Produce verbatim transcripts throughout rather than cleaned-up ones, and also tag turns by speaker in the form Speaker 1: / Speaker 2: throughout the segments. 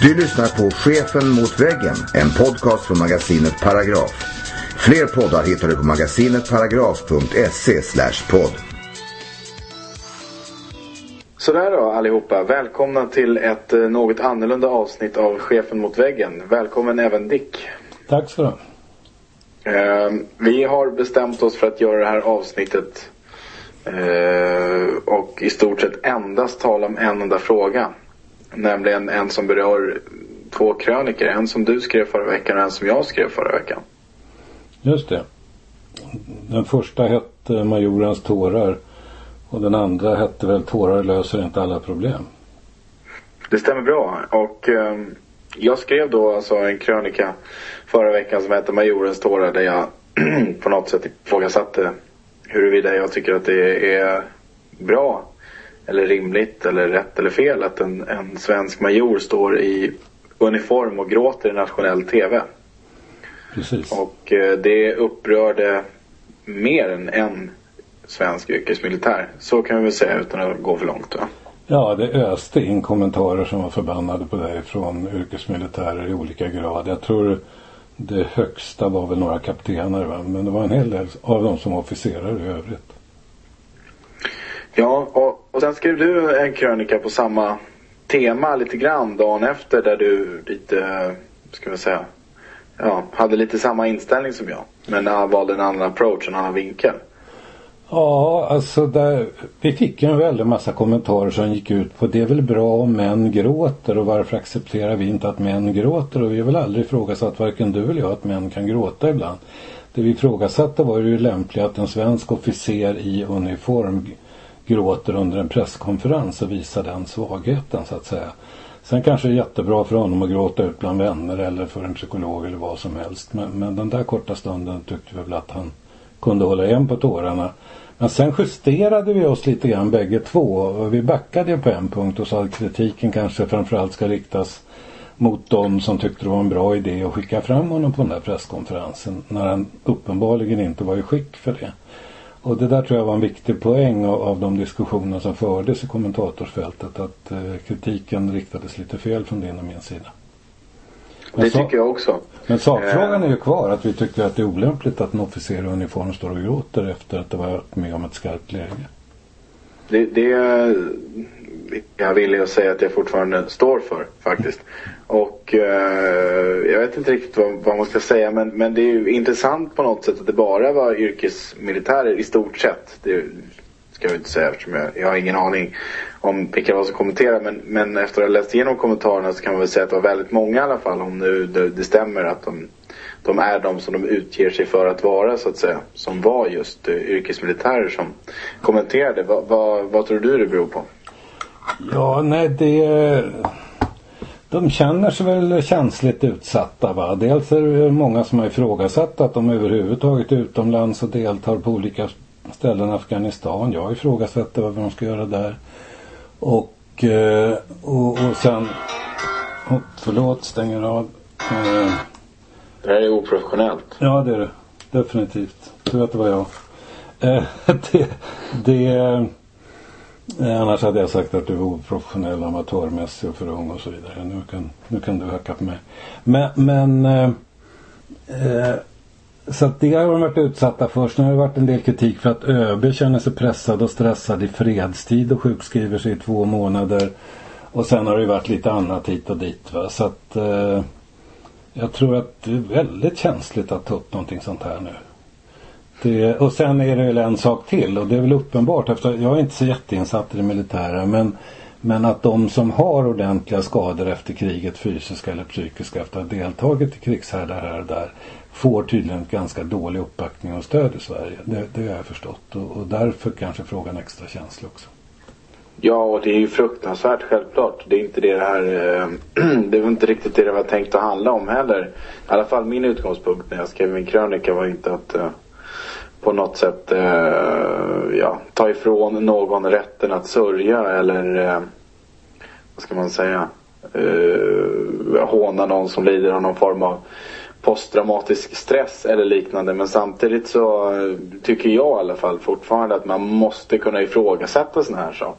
Speaker 1: Du lyssnar på Chefen mot väggen, en podcast från magasinet Paragraf. Fler poddar hittar du på magasinetparagraf.se slash podd.
Speaker 2: Sådär då allihopa, välkomna till ett något annorlunda avsnitt av Chefen mot väggen. Välkommen även Dick.
Speaker 3: Tack så du.
Speaker 2: Uh, vi har bestämt oss för att göra det här avsnittet uh, och i stort sett endast tala om en enda fråga. Nämligen en som berör två kröniker. En som du skrev förra veckan och en som jag skrev förra veckan.
Speaker 3: Just det. Den första hette Majorens tårar och den andra hette väl Tårar löser inte alla problem.
Speaker 2: Det stämmer bra. Och uh, jag skrev då alltså en krönika förra veckan som heter Majorens tårar, där jag på något sätt ifrågasatte huruvida jag tycker att det är bra eller rimligt eller rätt eller fel att en, en svensk major står i uniform och gråter i nationell tv.
Speaker 3: Precis.
Speaker 2: Och eh, det upprörde mer än en svensk yrkesmilitär. Så kan vi väl säga utan att gå för långt, va?
Speaker 3: Ja, det öste in kommentarer som var förbannade på dig från yrkesmilitärer i olika grad. Jag tror det högsta var väl några kaptener, va? Men det var en hel del av dem som officerare i övrigt.
Speaker 2: Ja, och, och sen skrev du en krönika på samma tema lite grann dagen efter, där du lite, ska vi säga, ja, hade lite samma inställning som jag, men jag valde en annan approach, en annan vinkel.
Speaker 3: Ja, alltså där, vi fick en väldigt massa kommentarer som gick ut på det är väl bra om män gråter och varför accepterar vi inte att män gråter, och vi har väl aldrig ifrågasatt, varken du eller jag, att män kan gråta ibland. Det vi ifrågasatte var ju lämpligt att en svensk officer i uniform gråter under en presskonferens och visar den svagheten, så att säga. Sen kanske det är jättebra för honom att gråta ut bland vänner eller för en psykolog eller vad som helst, men, men den där korta stunden tyckte vi väl att han kunde hålla igen på tårarna. Men sen justerade vi oss lite grann bägge två, och vi backade på en punkt och sa att kritiken kanske framförallt ska riktas mot dem som tyckte det var en bra idé att skicka fram honom på den där presskonferensen, när han uppenbarligen inte var i skick för det. Och det där tror jag var en viktig poäng av, av de diskussioner som fördes i kommentatorsfältet, att eh, kritiken riktades lite fel från din och min sida. Men
Speaker 2: det
Speaker 3: så,
Speaker 2: tycker jag också.
Speaker 3: Men sakfrågan är ju kvar, att vi tyckte att det är olämpligt att en officer i uniform står och gråter efter att det var med om ett skarpt läge.
Speaker 2: Det, det jag vill ju säga att jag fortfarande står för, faktiskt. Och eh, jag vet inte riktigt vad, vad man ska säga, men, men det är ju intressant på något sätt att det bara var yrkesmilitärer i stort sett. Det ska jag inte säga, eftersom jag, jag har ingen aning om vilka var som kommenterar, men, men efter att ha läst igenom kommentarerna så kan man väl säga att det var väldigt många i alla fall, om nu det, det stämmer att de, de är de som de utger sig för att vara, så att säga, som var just uh, yrkesmilitärer som kommenterade. Va, va, vad tror du det beror på?
Speaker 3: Ja, nej, det... De känner sig väl känsligt utsatta, va? Dels är det många som har ifrågasatt att de överhuvudtaget är utomlands och deltar på olika ställen i Afghanistan. Jag ifrågasätter vad de ska göra där. Och, och, och sen... Oh, förlåt, stänger av.
Speaker 2: Det här är oprofessionellt.
Speaker 3: Ja, det är det. Definitivt. Du vet, det var jag. det... det Eh, annars hade jag sagt att du var oprofessionell, amatörmässig och för ung och så vidare. Nu kan, nu kan du hacka på mig. Men, men eh, eh, så att det har de varit utsatta först. Nu har det varit en del kritik för att ÖB känner sig pressad och stressad i fredstid och sjukskriver sig i två månader. Och sen har det varit lite annat hit och dit, va? Så att eh, jag tror att det är väldigt känsligt att ta upp någonting sånt här nu. Det, och sen är det väl en sak till, och det är väl uppenbart, efter, jag är inte så jätteinsatt i det militära, men, men att de som har ordentliga skador efter kriget, fysiska eller psykiska, efter att ha deltagit i krigshärdar här och där, får tydligen ganska dålig uppbackning och stöd i Sverige. Det, det har jag förstått, och, och därför kanske frågan är extra känslig också.
Speaker 2: Ja, och det är ju fruktansvärt, självklart. Det är inte det här, det var inte riktigt det det var tänkt att handla om heller. I alla fall min utgångspunkt när jag skrev min krönika var inte att på något sätt eh, ja, ta ifrån någon rätten att sörja eller eh, vad ska man säga eh, håna någon som lider av någon form av posttraumatisk stress eller liknande. Men samtidigt så tycker jag i alla fall fortfarande att man måste kunna ifrågasätta såna här saker.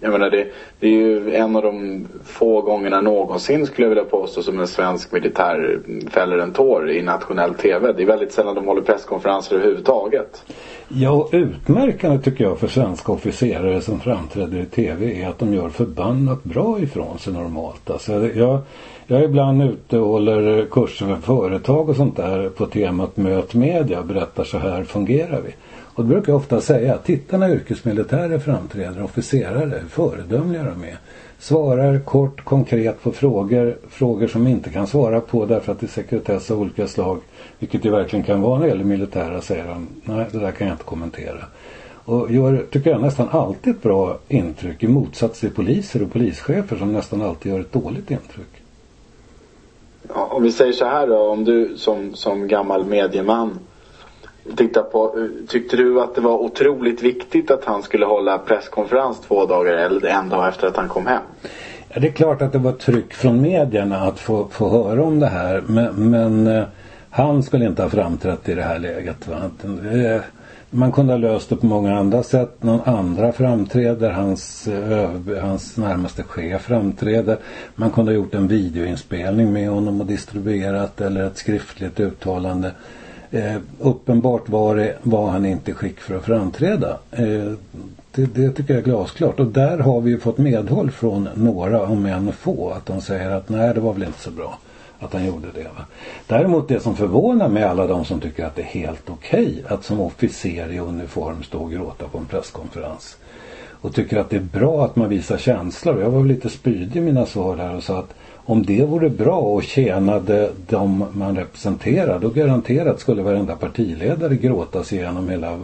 Speaker 2: Jag menar, det, det är ju en av de få gångerna någonsin, skulle jag vilja påstå, som en svensk militär fäller en tår i nationell tv. Det är väldigt sällan de håller presskonferenser överhuvudtaget.
Speaker 3: Ja, utmärkande tycker jag för svenska officerare som framträder i tv är att de gör förbannat bra ifrån sig normalt. Alltså jag, jag är ibland ute och håller kurser för företag och sånt där på temat möt media och berättar så här fungerar vi. Och det brukar jag ofta säga, titta när yrkesmilitärer framträder, officerare, föredömliga de är. Svarar kort, konkret på frågor, frågor som inte kan svara på därför att det är sekretess av olika slag. Vilket det verkligen kan vara när det gäller militära, säger de. Nej, det där kan jag inte kommentera. Och gör, tycker jag, nästan alltid ett bra intryck i motsats till poliser och polischefer som nästan alltid gör ett dåligt intryck.
Speaker 2: Ja, om vi säger så här då, om du som, som gammal medieman titta på, tyckte du att det var otroligt viktigt att han skulle hålla presskonferens två dagar eller en dag efter att han kom hem?
Speaker 3: Ja, det är klart att det var tryck från medierna att få, få höra om det här, men, men eh, han skulle inte ha framträtt i det här läget. Va? Det, man kunde ha löst det på många andra sätt. Någon andra framträder, hans, eh, hans närmaste chef framträder. Man kunde ha gjort en videoinspelning med honom och distribuerat, eller ett skriftligt uttalande. Eh, uppenbart var, det, var han inte skick för att framträda. Eh, det, det tycker jag är glasklart. Och där har vi ju fått medhåll från några, om än få, att de säger att nej, det var väl inte så bra att han gjorde det. Va? Däremot det som förvånar mig, alla de som tycker att det är helt okej att som officer i uniform stå och gråta på en presskonferens. Och tycker att det är bra att man visar känslor. Jag var väl lite spydig i mina svar där och sa att om det vore bra och tjänade de man representerar, då garanterat skulle varenda partiledare gråtas igenom hela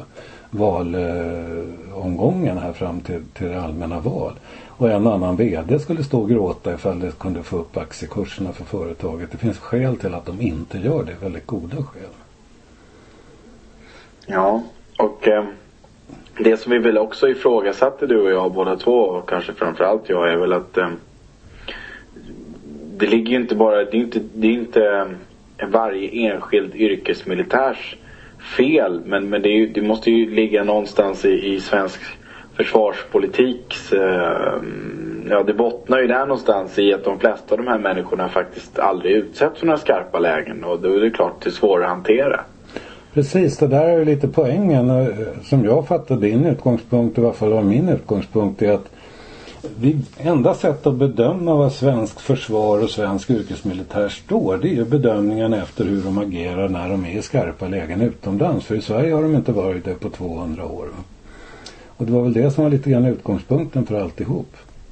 Speaker 3: valomgången här fram till, till allmänna val. Och en annan vd skulle stå och gråta ifall det kunde få upp aktiekurserna för företaget. Det finns skäl till att de inte gör det, väldigt goda skäl.
Speaker 2: Ja, och eh, det som vi väl också ifrågasatte, du och jag båda två, och kanske framförallt jag, är väl att eh, det ligger ju inte bara, det är inte, det är inte varje enskild yrkesmilitärs fel, men, men det, är ju, det måste ju ligga någonstans i, i svensk försvarspolitiks, eh, ja, det bottnar ju där någonstans i att de flesta av de här människorna faktiskt aldrig utsätts för några skarpa lägen, och då är det klart det är svårt att hantera.
Speaker 3: Precis, det där är ju lite poängen som jag fattar din utgångspunkt, i alla fall av min utgångspunkt, är att det enda sätt att bedöma vad svensk försvar och svensk yrkesmilitär står, det är ju bedömningen efter hur de agerar när de är i skarpa lägen utomlands. För i Sverige har de inte varit det på tvåhundra år. Och det var väl det som var lite grann utgångspunkten för alltihop.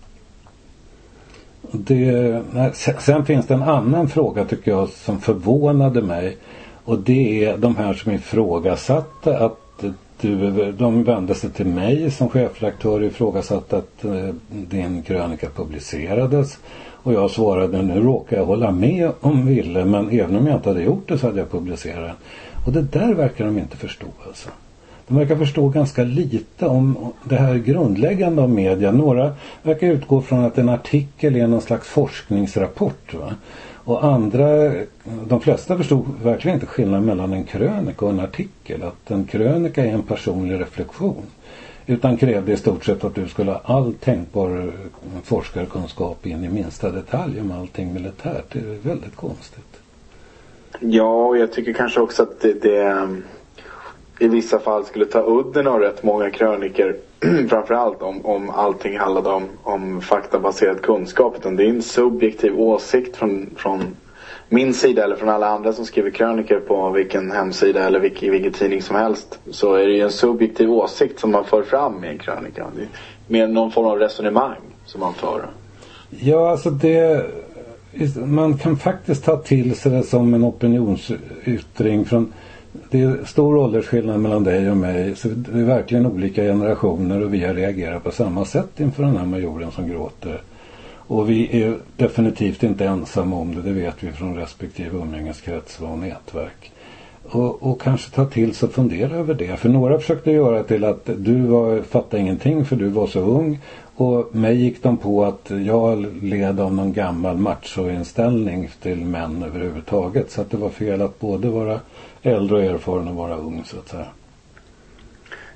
Speaker 3: Det, sen finns det en annan fråga tycker jag som förvånade mig. Och det är de här som ifrågasatte att du, de vände sig till mig som chefredaktör och ifrågasatte att eh, din krönika publicerades. Och jag svarade, nu råkar jag hålla med om Ville, men även om jag inte hade gjort det så hade jag publicerat den. Och det där verkar de inte förstå alltså. De verkar förstå ganska lite om det här grundläggande av media. Några verkar utgå från att en artikel är någon slags forskningsrapport, va? Och andra, de flesta förstod verkligen inte skillnaden mellan en krönika och en artikel. Att en krönika är en personlig reflektion. Utan krävde i stort sett att du skulle ha all tänkbar forskarkunskap in i minsta detalj om allting militärt. Det är väldigt konstigt.
Speaker 2: Ja, och jag tycker kanske också att det, det i vissa fall skulle ta udden av rätt många kröniker. Framförallt om, om allting handlade om, om faktabaserad kunskap. Utan det är en subjektiv åsikt från, från min sida eller från alla andra som skriver kröniker på vilken hemsida eller vilken, vilken tidning som helst. Så är det ju en subjektiv åsikt som man för fram i en krönika. Det är mer någon form av resonemang som man för.
Speaker 3: Ja, alltså det... Man kan faktiskt ta till sig det som en opinionsyttring från... Det är stor åldersskillnad mellan dig och mig, så det är verkligen olika generationer och vi har reagerat på samma sätt inför den här majoren som gråter. Och vi är definitivt inte ensamma om det, det vet vi från respektive umgängeskrets och nätverk. Och, och kanske ta till sig och fundera över det. För några försökte göra till att du var, fattade ingenting för du var så ung. Och mig gick de på att jag led av någon gammal machoinställning till män överhuvudtaget. Så att det var fel att både vara äldre och erfaren och vara ung så att säga.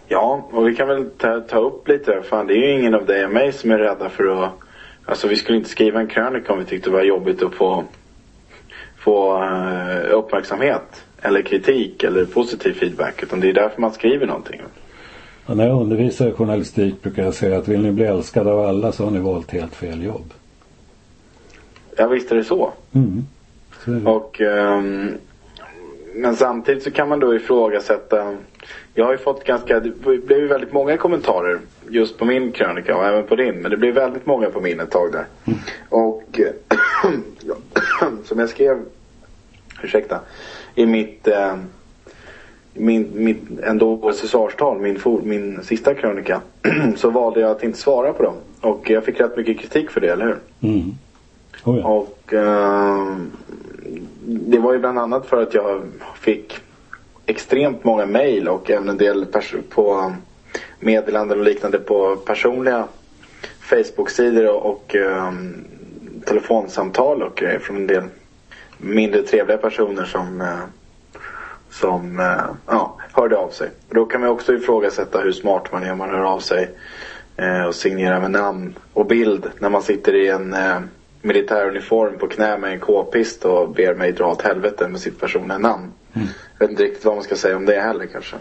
Speaker 2: Ja, och vi kan väl ta, ta upp lite. Fan, det är ju ingen av dig och mig som är rädda för att... Alltså vi skulle inte skriva en krönika om vi tyckte det var jobbigt att få, få uh, uppmärksamhet. Eller kritik eller positiv feedback. Utan det är därför man skriver någonting.
Speaker 3: Ja, när jag undervisar i journalistik brukar jag säga att vill ni bli älskad av alla så har ni valt helt fel jobb.
Speaker 2: Ja, visst är det så.
Speaker 3: Mm. så är det.
Speaker 2: Och... Um, men samtidigt så kan man då ifrågasätta... Jag har ju fått ganska... Det blev ju väldigt många kommentarer just på min krönika och även på din. Men det blev väldigt många på min ett tag där. Mm. Och som jag skrev... Ursäkta. I mitt... Eh, min, mitt ändå säsongstal, min, min sista krönika. Så valde jag att inte svara på dem. Och jag fick rätt mycket kritik för det, eller hur?
Speaker 3: Mm. Oh ja.
Speaker 2: Och... Eh, det var ju bland annat för att jag fick extremt många mejl och även en del pers- på meddelanden och liknande på personliga Facebook-sidor och, och um, telefonsamtal och grejer från en del mindre trevliga personer som, uh, som uh, ja, hörde av sig. Då kan man också ifrågasätta hur smart man är om man hör av sig uh, och signerar med namn och bild när man sitter i en... Uh, militäruniform på knä med en k-pist och ber mig dra åt helvete med sitt personliga namn. Mm. Jag vet inte riktigt vad man ska säga om det heller kanske.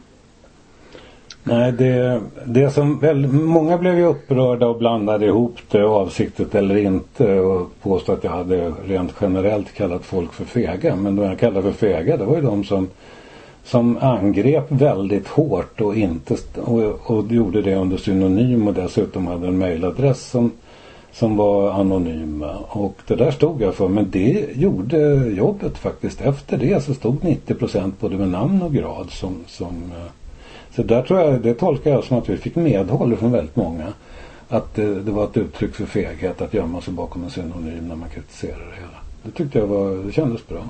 Speaker 3: Nej, det, det som väl, många blev ju upprörda och blandade ihop det avsiktligt eller inte och påstod att jag hade rent generellt kallat folk för fega. Men de jag kallade för fega, det var ju de som, som angrep väldigt hårt och, inte, och, och gjorde det under synonym och dessutom hade en mejladress som som var anonyma och det där stod jag för, men det gjorde jobbet faktiskt. Efter det så stod nittio procent både med namn och grad som, som så där tror jag, det tolkar jag som att vi fick medhåll från väldigt många att det, det var ett uttryck för feghet att gömma sig bakom en synonym när man kritiserar det hela. Det tyckte jag var, det kändes bra.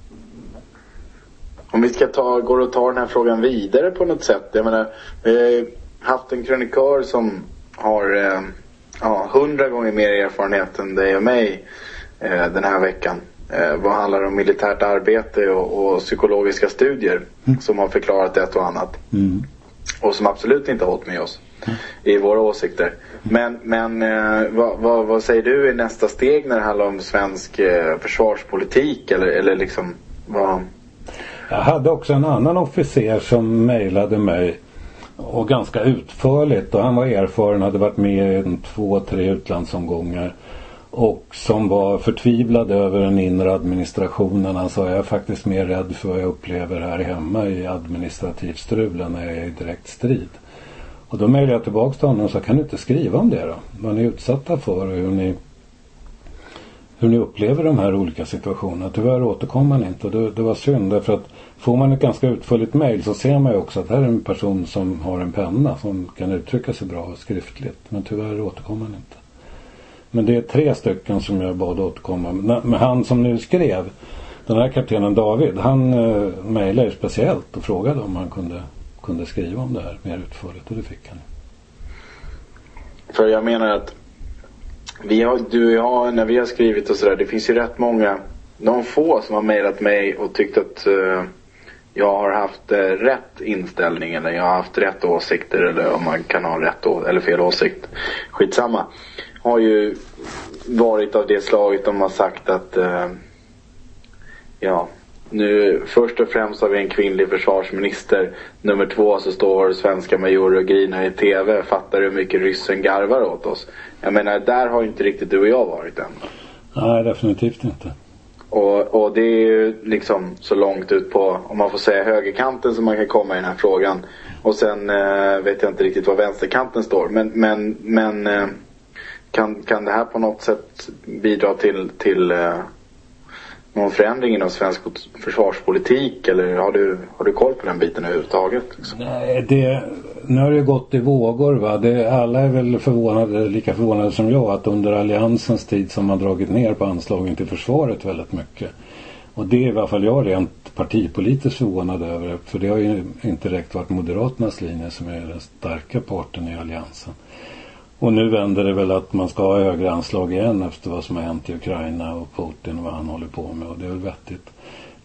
Speaker 2: Om vi ska ta, går och ta den här frågan vidare på något sätt. Jag menar, vi har ju haft en krönikör som har eh, ja, hundra gånger mer erfarenhet än dig och mig eh, den här veckan. Eh, vad handlar om militärt arbete och, och psykologiska studier mm. som har förklarat ett och annat. Mm. Och som absolut inte har hållit med oss mm. i våra åsikter. Men, men eh, vad, vad, vad säger du i nästa steg när det handlar om svensk eh, försvarspolitik? Eller, eller liksom, vad...
Speaker 3: Jag hade också en annan officer som mejlade mig och ganska utförligt och han var erfaren, hade varit med i två, tre utlandsomgångar och som var förtvivlad över den inre administrationen. Han sa, jag är faktiskt mer rädd för vad jag upplever här hemma i administrativt strul när jag är i direkt strid. Och då mejlade jag tillbaka till honom och sa, kan du inte skriva om det då? Vad ni är utsatta för och hur ni, hur ni upplever de här olika situationerna. Tyvärr återkom han inte och det, det var synd därför att får man ett ganska utförligt mejl så ser man ju också att här är en person som har en penna som kan uttrycka sig bra skriftligt. Men tyvärr återkommer han inte. Men det är tre stycken som jag bad återkomma. Men han som nu skrev, den här kaptenen David, han eh, mejlade ju speciellt och frågade om han kunde, kunde skriva om det här mer utförligt och det fick han.
Speaker 2: För jag menar att vi har, du och jag, när vi har skrivit och sådär, det finns ju rätt många, någon få som har mejlat mig och tyckt att uh, jag har haft uh, rätt inställning eller jag har haft rätt åsikter eller om man kan ha rätt å- eller fel åsikt. Skitsamma. Har ju varit av det slaget de har sagt att uh, ja, nu först och främst har vi en kvinnlig försvarsminister. Nummer två så står svenska majorer och grinar i tv. Fattar hur mycket ryssen garvar åt oss. Jag menar, där har inte riktigt du och jag varit än.
Speaker 3: Nej, definitivt inte.
Speaker 2: Och, och det är ju liksom så långt ut på, om man får säga högerkanten som man kan komma i den här frågan. Och sen eh, vet jag inte riktigt var vänsterkanten står. Men, men, men eh, kan, kan det här på något sätt bidra till, till eh, någon förändring inom svensk försvarspolitik? Eller har du, har du koll på den biten överhuvudtaget? Liksom?
Speaker 3: Nej, det, nu har det gått i vågor va. Det, alla är väl förvånade, lika förvånade som jag att under alliansens tid som man dragit ner på anslagen till försvaret väldigt mycket. Och det är i alla fall jag rent partipolitiskt förvånad över. För det har ju inte direkt varit Moderaternas linje som är den starka parten i alliansen. Och nu vänder det väl att man ska ha högre anslag igen efter vad som har hänt i Ukraina och Putin och vad han håller på med. Och det är väl vettigt.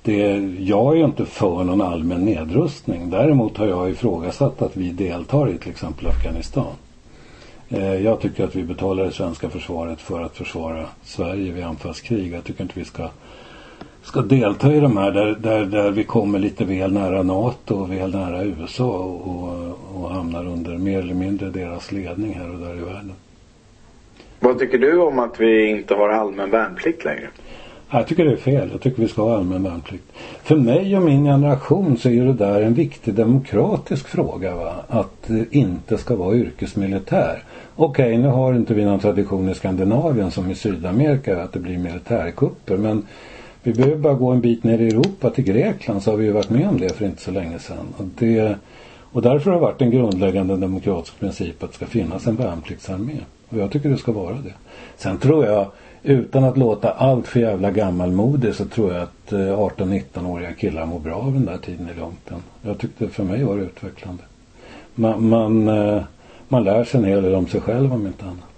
Speaker 3: det, jag är ju inte för någon allmän nedrustning. Däremot har jag ifrågasatt att vi deltar i till exempel Afghanistan. Eh, jag tycker att vi betalar det svenska försvaret för att försvara Sverige vid anfallskrig. Jag tycker inte vi ska, ska delta i de här där, där, där vi kommer lite väl nära NATO och väl nära U S A och, och, och hamnar under mer eller mindre deras ledning här och där i världen.
Speaker 2: Vad tycker du om att vi inte har allmän värnplikt längre?
Speaker 3: Jag tycker det är fel. Jag tycker vi ska ha allmän värnplikt. För mig och min generation så är det där en viktig demokratisk fråga, va? Att det inte ska vara yrkesmilitär. Okej, okay, nu har inte vi någon tradition i Skandinavien som i Sydamerika att det blir militärkupper. Men vi behöver bara gå en bit ner i Europa till Grekland, så har vi ju varit med om det för inte så länge sedan. Och, det, och därför har det varit en grundläggande demokratisk princip att det ska finnas en värnpliktsarmé. Och jag tycker det ska vara det. Sen tror jag, utan att låta allt för jävla gammalmodig, så tror jag att arton-nitton-åriga killar mår bra av den där tiden i lumpen. Jag tyckte för mig var det utvecklande. Man, man, man lär sig en hel del om sig själv om inte annat.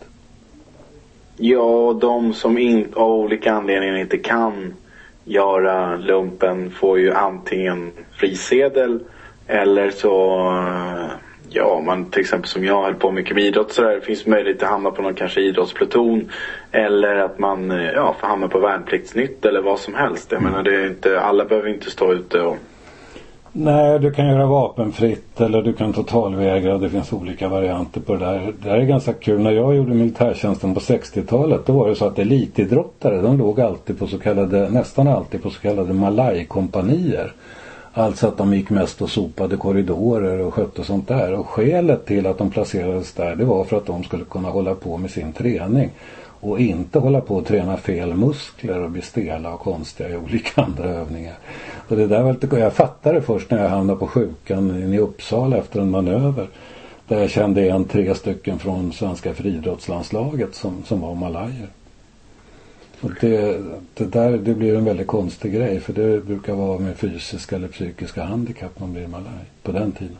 Speaker 2: Ja, de som in, av olika anledningar inte kan göra lumpen får ju antingen frisedel eller så... Ja, man till exempel som jag höll på mycket med idrott så där, det finns möjlighet att hamna på någon kanske idrottspluton eller att man ja, får hamna på värnpliktsnytt eller vad som helst. Jag mm. menar, det är inte, alla behöver inte stå ute och...
Speaker 3: Nej, du kan göra vapenfritt eller du kan totalvägra. Det finns olika varianter på det där. Det här är ganska kul. När jag gjorde militärtjänsten på sextiotalet, då var det så att elitidrottare, de låg alltid på så kallade, nästan alltid på så kallade Malay-kompanier. Alltså att de gick mest och sopade korridorer och skötte sånt där. Och skälet till att de placerades där, det var för att de skulle kunna hålla på med sin träning. Och inte hålla på att träna fel muskler och bli stela och konstiga i olika andra övningar. Och det där var lite, jag fattade först när jag hamnade på sjukan i Uppsala efter en manöver. Där jag kände igen tre stycken från svenska friidrottslandslaget som, som var malajer. Och det, det där det blir en väldigt konstig grej, för det brukar vara med fysiska eller psykiska handikapp man blir malaj på den tiden.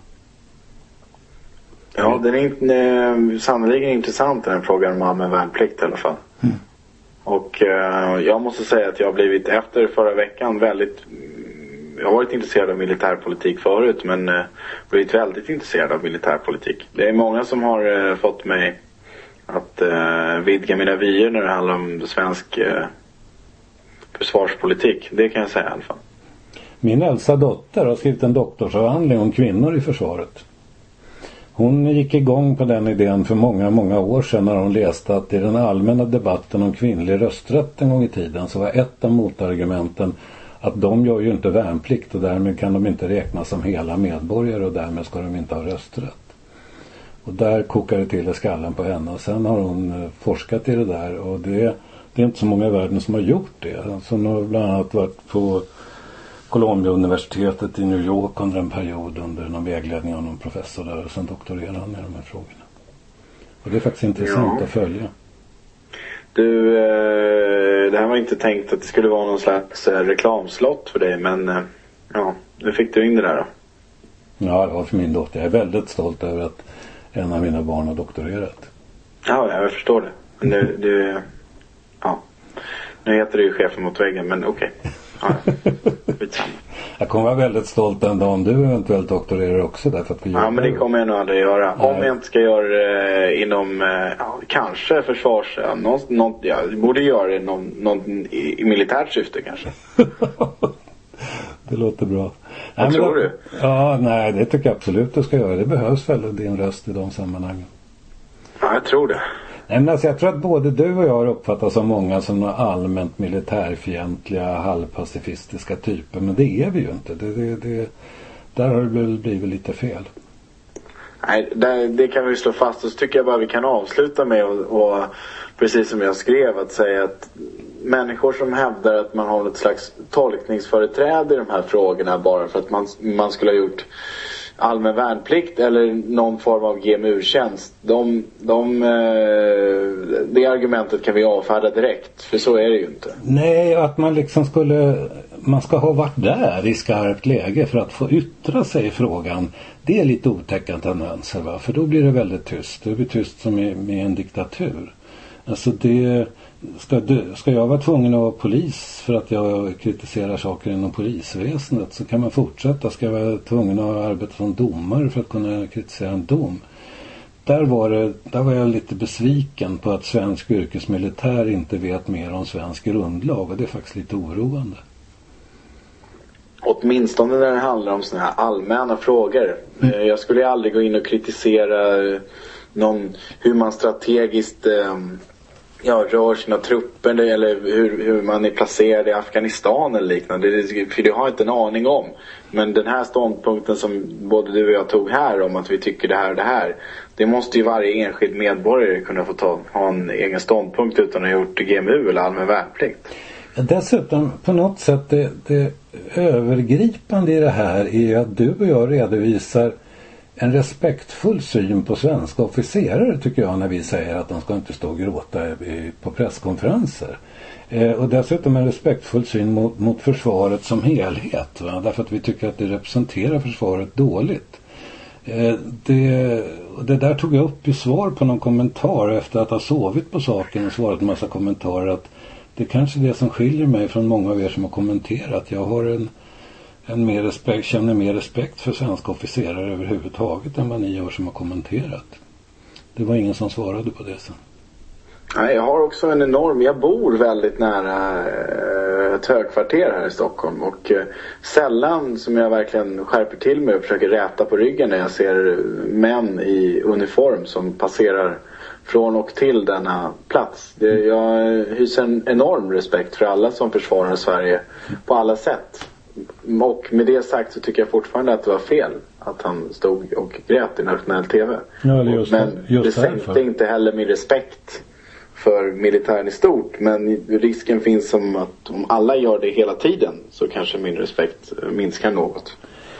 Speaker 2: Ja, den är inte, sannolikt intressant den frågan om allmän värnplikt i alla fall. Mm. Och eh, jag måste säga att jag har blivit efter förra veckan väldigt, jag har varit intresserad av militärpolitik förut, men eh, blivit väldigt intresserad av militärpolitik. Det är många som har eh, fått mig att eh, vidga mina vyer när det handlar om svensk eh, försvarspolitik. Det kan jag säga i alla fall.
Speaker 3: Min äldsta dotter har skrivit en doktorsavhandling om kvinnor i försvaret. Hon gick igång på den idén för många, många år sedan när hon läste att i den allmänna debatten om kvinnlig rösträtt en gång i tiden så var ett av motargumenten att de gör ju inte värnplikt och därmed kan de inte räknas som hela medborgare och därmed ska de inte ha rösträtt. Och där kokade det till i skallen på henne och sen har hon forskat i det där och det, det är inte så många i världen som har gjort det. Alltså hon har bland annat varit på Columbia-universitetet i New York under en period under någon vägledning av någon professor där och sen doktorerade han i de här frågorna. Och det är faktiskt intressant ja. att följa.
Speaker 2: Du, eh, det här var inte tänkt att det skulle vara någon slags eh, reklamslott för dig, men eh, ja, nu fick du in det där då.
Speaker 3: Ja, det var för min dotter. Jag är väldigt stolt över att en av mina barn har doktorerat.
Speaker 2: Ja, jag förstår det. Men du, du ja. Nu heter det ju chefen mot väggen, men okej. Okay. Ja,
Speaker 3: jag kommer vara väldigt stolt den dag om du eventuellt doktorerar också därför att vi
Speaker 2: ja, men det kommer jag nog aldrig göra. Nej. Om jag inte ska göra det eh, inom eh, ja, kanske försvars ja, någon, någon, ja, jag borde göra det någon, någon i, i militärt syfte kanske.
Speaker 3: Det låter bra.
Speaker 2: Vad
Speaker 3: nej,
Speaker 2: tror
Speaker 3: men,
Speaker 2: du?
Speaker 3: Ja, nej, det tycker jag absolut du ska göra. Det behövs väl din röst i de sammanhangen.
Speaker 2: Ja, jag tror det.
Speaker 3: Nej, men alltså, jag tror att både du och jag har uppfattat som många som allmänt militärfientliga, halvpacifistiska typer. Men det är vi ju inte. Det, det, det, där har det blivit, blivit lite fel.
Speaker 2: Nej, det, det kan vi slå fast. Och så tycker jag bara vi kan avsluta med och, och precis som jag skrev att säga att människor som hävdar att man har ett slags tolkningsföreträde i de här frågorna bara för att man, man skulle ha gjort allmän värnplikt eller någon form av G M U-tjänst. De, de, det argumentet kan vi avfärda direkt, för så är det ju inte.
Speaker 3: Nej, att man liksom skulle, man ska ha varit där i skarpt läge för att få yttra sig i frågan. Det är lite otäcka tendenser, va? För då blir det väldigt tyst. Det blir tyst som i, med en diktatur. Alltså det, Ska, du, ska jag vara tvungen att vara polis för att jag kritiserar saker inom polisväsendet, så kan man fortsätta. Ska jag vara tvungen att arbeta som domare för att kunna kritisera en dom? Där var, det, där var jag lite besviken på att svensk yrkesmilitär inte vet mer om svensk grundlag, och det är faktiskt lite oroande.
Speaker 2: Åtminstone när det handlar om såna här allmänna frågor. Mm. Jag skulle aldrig gå in och kritisera någon, hur man strategiskt ja, rör sina trupper eller hur, hur man är placerad i Afghanistan eller liknande. För det har jag inte en aning om. Men den här ståndpunkten som både du och jag tog här om att vi tycker det här och det här, det måste ju varje enskild medborgare kunna få ta, ha en egen ståndpunkt utan att ha gjort G M U eller allmän värnplikt.
Speaker 3: Dessutom på något sätt det, det övergripande i det här är att du och jag redovisar en respektfull syn på svenska officerare, tycker jag, när vi säger att de ska inte stå och gråta i, på presskonferenser. Eh, och dessutom en respektfull syn mot, mot försvaret som helhet, va? Därför att vi tycker att det representerar försvaret dåligt. Eh, det, det där tog jag upp i svar på någon kommentar efter att ha sovit på saken och svarat en massa kommentarer, att det är kanske det som skiljer mig från många av er som har kommenterat. Jag har en, en mer respekt, känner mer respekt för svenska officerare överhuvudtaget än vad ni gör som har kommenterat. Det var ingen som svarade på det sen.
Speaker 2: Nej, jag har också en enorm, jag bor väldigt nära ett högkvarter här i Stockholm, och sällan som jag verkligen skärper till mig och försöker räta på ryggen när jag ser män i uniform som passerar från och till denna plats. Det, jag hyser en enorm respekt för alla som försvarar Sverige på alla sätt. Och med det sagt så tycker jag fortfarande att det var fel att han stod och grät i nationell tv.
Speaker 3: Ja, just,
Speaker 2: men
Speaker 3: just
Speaker 2: det sänkte därför inte heller min respekt för militären i stort. Men risken finns som att om alla gör det hela tiden så kanske min respekt minskar något.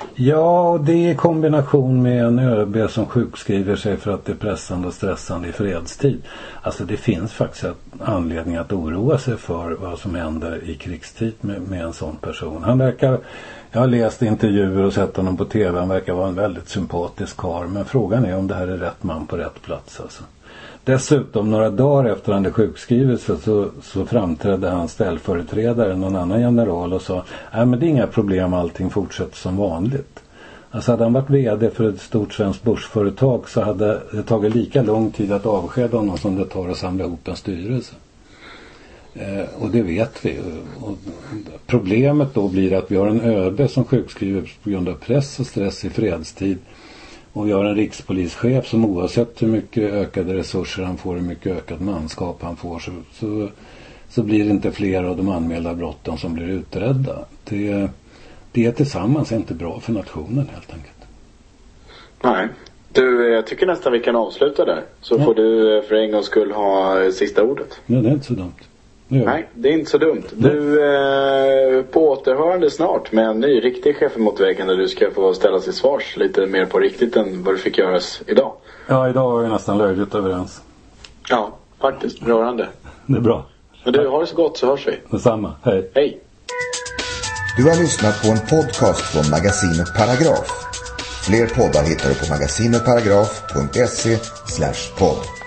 Speaker 3: Ja, och det är i kombination med en ÖB som sjukskriver sig för att det är pressande och stressande i fredstid. Alltså det finns faktiskt anledning att oroa sig för vad som händer i krigstid med, med en sån person. Han verkar, jag har läst intervjuer och sett honom på tv, han verkar vara en väldigt sympatisk karl, men frågan är om det här är rätt man på rätt plats alltså. Dessutom några dagar efter han hade sjukskrivit sig så, så framträdde hans ställföreträdare, någon annan general, och sa nej men det är inga problem, allting fortsätter som vanligt. Alltså hade han varit vd för ett stort svenskt börsföretag så hade det tagit lika lång tid att avskeda honom som det tar att samla ihop en styrelse. Eh, och det vet vi. Och problemet då blir att vi har en ÖB som sjukskriver på grund av press och stress i fredstid. Och vi har en rikspolischef som oavsett hur mycket ökade resurser han får, hur mycket ökat manskap han får, så, så, så blir det inte fler av de anmälda brotten som blir utredda. Det, det är tillsammans inte bra för nationen helt enkelt.
Speaker 2: Nej. Du, jag tycker nästan vi kan avsluta där. Så ja. Får du för en gångs skull ha sista ordet.
Speaker 3: Ja, det är inte så dumt. Det
Speaker 2: Nej, det är inte så dumt. Du, eh, på återhörande snart med en ny riktig chef mot väggen där du ska få ställa sig svars lite mer på riktigt än vad du fick göras idag.
Speaker 3: Ja, idag var vi nästan löjligt överens.
Speaker 2: Ja, faktiskt. Rörande.
Speaker 3: Det är bra.
Speaker 2: Men du, har det så gott så hörs vi.
Speaker 3: Detsamma. Hej.
Speaker 2: Hej.
Speaker 1: Du har lyssnat på en podcast från Magasinet Paragraf. Fler poddar hittar du på magasinet paragraf punkt se slash podd.